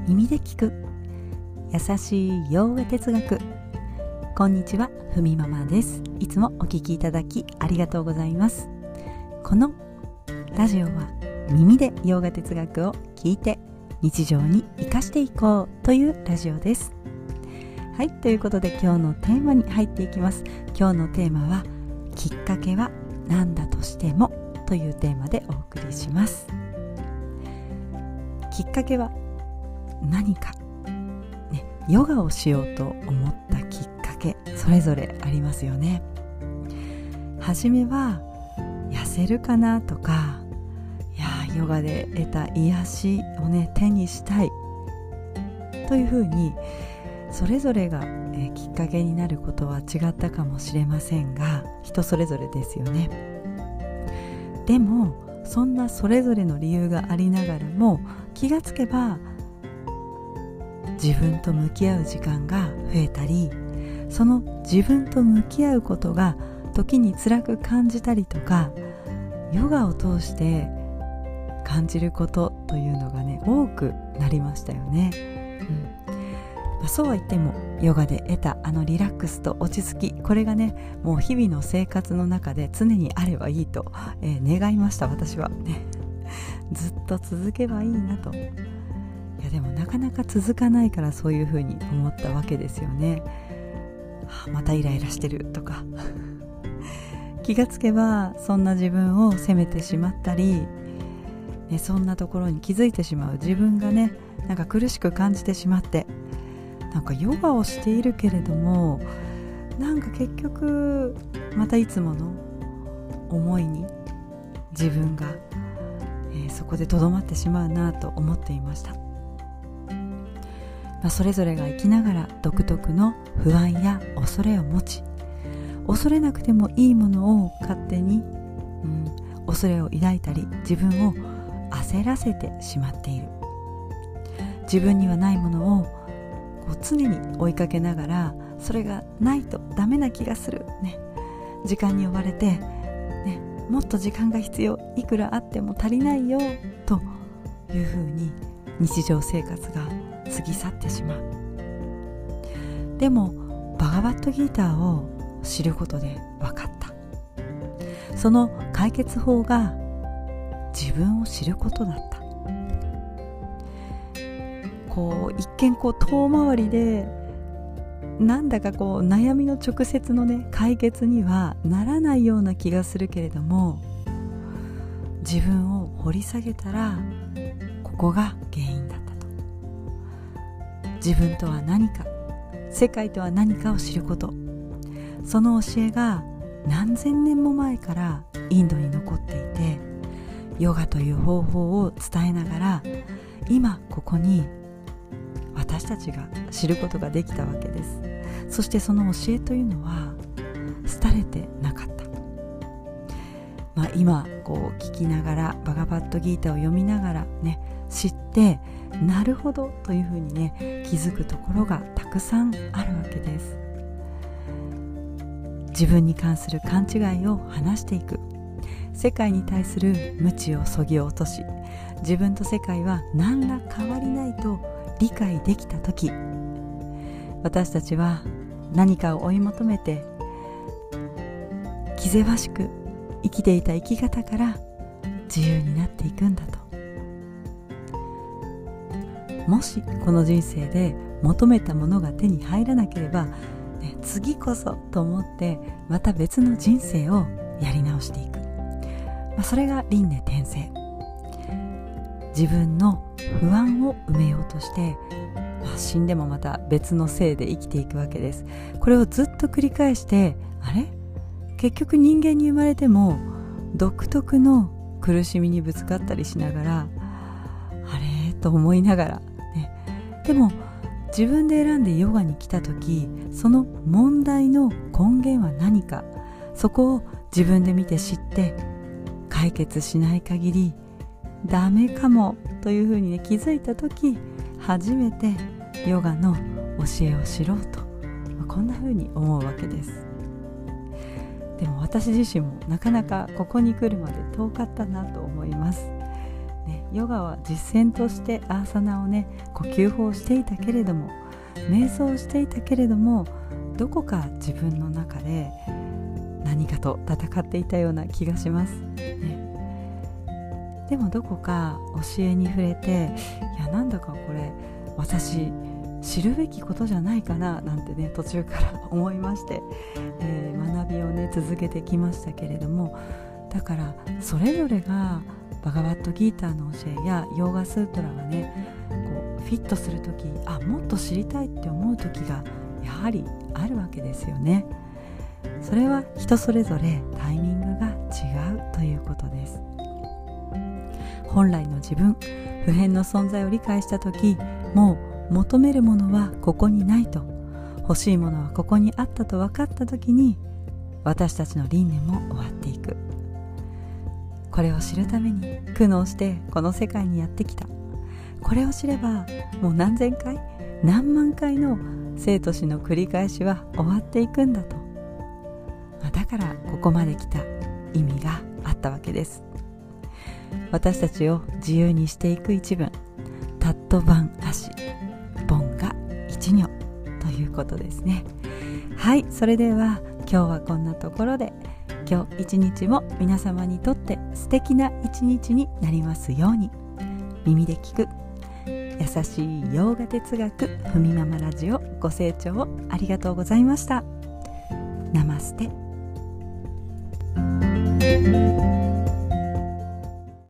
耳で聞く優しいヨガ哲学。こんにちは、ふみママです。いつもお聞きいただきありがとうございます。このラジオは耳でヨガ哲学を聞いて日常に生かしていこうというラジオです。はい、ということで今日のテーマに入っていきます。今日のテーマはきっかけは何だとしてもというテーマでお送りします。きっかけは何か、ヨガをしようと思ったきっかけ、それぞれありますよね。はじめは痩せるかなとか、ヨガで得た癒しを手にしたいというふうに、それぞれがきっかけになることは違ったかもしれませんが、人それぞれですよね。でもそんなそれぞれの理由がありながらも、気がつけば自分と向き合う時間が増えたり、その自分と向き合うことが時に辛く感じたりとか、ヨガを通して感じることというのが多くなりましたよね。そうは言ってもヨガで得たリラックスと落ち着き、これがもう日々の生活の中で常にあればいいと、願いました。私はずっと続けばいいなと。でもなかなか続かないから、そういうふうに思ったわけですよね。またイライラしてるとか気がつけばそんな自分を責めてしまったり、そんなところに気づいてしまう自分がなんか苦しく感じてしまって、ヨガをしているけれども、結局またいつもの思いに自分が、そこでとどまってしまうなと思っていました。それぞれが生きながら独特の不安や恐れを持ち、恐れなくてもいいものを勝手に、恐れを抱いたり、自分を焦らせてしまっている。自分にはないものを常に追いかけながら、それがないとダメな気がする、時間に追われて、もっと時間が必要、いくらあっても足りないよというふうに日常生活が過ぎ去ってしまう。でもバガバットギーターを知ることで分かった。その解決法が自分を知ることだった。一見遠回りで、なんだか悩みの直接の解決にはならないような気がするけれども、自分を掘り下げたらここが原因だったと。自分とは何か、世界とは何かを知ること、その教えが何千年も前からインドに残っていて、ヨガという方法を伝えながら、今ここに私たちが知ることができたわけです。そしてその教えというのは廃れてなかった。今聞きながら、バガバットギーターを読みながら知って、なるほどというふうに気づくところがたくさんあるわけです。自分に関する勘違いを話していく。世界に対する無知をそぎ落とし、自分と世界は何ら変わりないと理解できたとき、私たちは何かを追い求めて気ぜわしく生きていた生き方から自由になっていくんだと。もしこの人生で求めたものが手に入らなければ、次こそと思ってまた別の人生をやり直していく。それが輪廻転生。自分の不安を埋めようとして、死んでもまた別の生で生きていくわけです。これをずっと繰り返して、結局人間に生まれても独特の苦しみにぶつかったりしながら、と思いながら、でも自分で選んでヨガに来た時、その問題の根源は何か、そこを自分で見て知って、解決しない限りダメかもというふうに気づいた時、初めてヨガの教えを知ろうと、こんなふうに思うわけです。でも私自身もなかなかここに来るまで遠かったなと思います、 ヨガは実践としてアーサナをね、呼吸法をしていたけれども、瞑想をしていたけれども、どこか自分の中で何かと戦っていたような気がします、ね。でもどこか教えに触れて、いやなんだかこれ私知るべきことじゃないかななんてね、途中から思いまして、学びをね続けてきましたけれども、だからそれぞれがバガバットギーターの教えやヨーガスートラがね、こうフィットするとき、もっと知りたいって思うときがやはりあるわけですよね。それは人それぞれタイミングが違うということです。本来の自分、普遍の存在を理解したとき、もう求めるものはここにないと、欲しいものはここにあったと分かったときに、私たちの輪廻も終わっていく。これを知るために苦悩してこの世界にやってきた。これを知ればもう何千回何万回の生と死の繰り返しは終わっていくんだと、だからここまで来た意味があったわけです。私たちを自由にしていく一文、タットバンアシ、ボンが一如ということですね。はい、それでは今日はこんなところで、今日一日も皆様にとって素敵な一日になりますように。耳で聞く優しいヨーガ哲学ふみママラジオ、ご清聴ありがとうございました。ナマステ。